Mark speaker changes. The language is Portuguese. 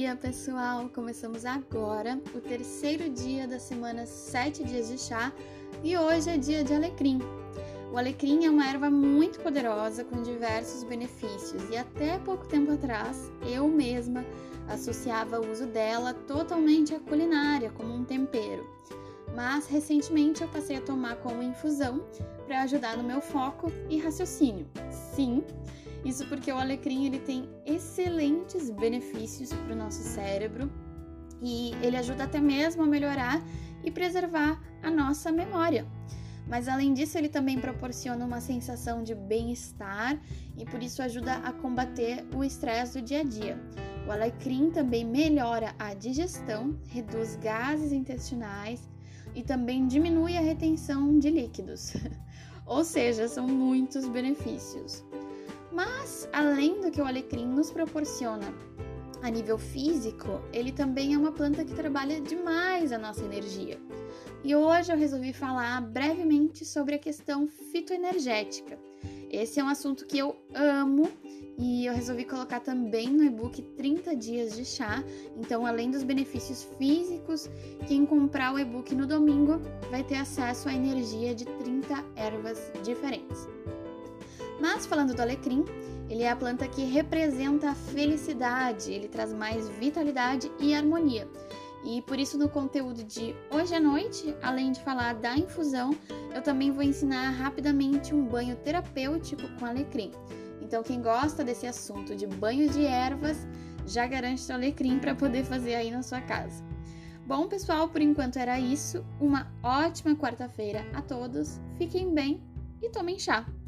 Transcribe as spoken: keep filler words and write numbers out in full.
Speaker 1: dia, pessoal! Começamos agora o terceiro dia da semana sete dias de chá e hoje é dia de alecrim. O alecrim é uma erva muito poderosa com diversos benefícios e até pouco tempo atrás eu mesma associava o uso dela totalmente à culinária, como um tempero. Mas recentemente eu passei a tomar como infusão para ajudar no meu foco e raciocínio. Sim, isso porque o alecrim ele tem excelentes benefícios para o nosso cérebro e ele ajuda até mesmo a melhorar e preservar a nossa memória. Mas além disso, ele também proporciona uma sensação de bem-estar e por isso ajuda a combater o estresse do dia a dia. O alecrim também melhora a digestão, reduz gases intestinais e também diminui a retenção de líquidos. Ou seja, são muitos benefícios. Mas, além do que o alecrim nos proporciona a nível físico, ele também é uma planta que trabalha demais a nossa energia. E hoje eu resolvi falar brevemente sobre a questão fitoenergética. Esse é um assunto que eu amo e eu resolvi colocar também no e-book trinta dias de chá. Então, além dos benefícios físicos, quem comprar o e-book no domingo vai ter acesso à energia de trinta ervas diferentes. Mas falando do alecrim, ele é a planta que representa a felicidade, ele traz mais vitalidade e harmonia. E por isso no conteúdo de hoje à noite, além de falar da infusão, eu também vou ensinar rapidamente um banho terapêutico com alecrim. Então quem gosta desse assunto de banho de ervas, já garante seu alecrim para poder fazer aí na sua casa. Bom, pessoal, por enquanto era isso. Uma ótima quarta-feira a todos, fiquem bem e tomem chá!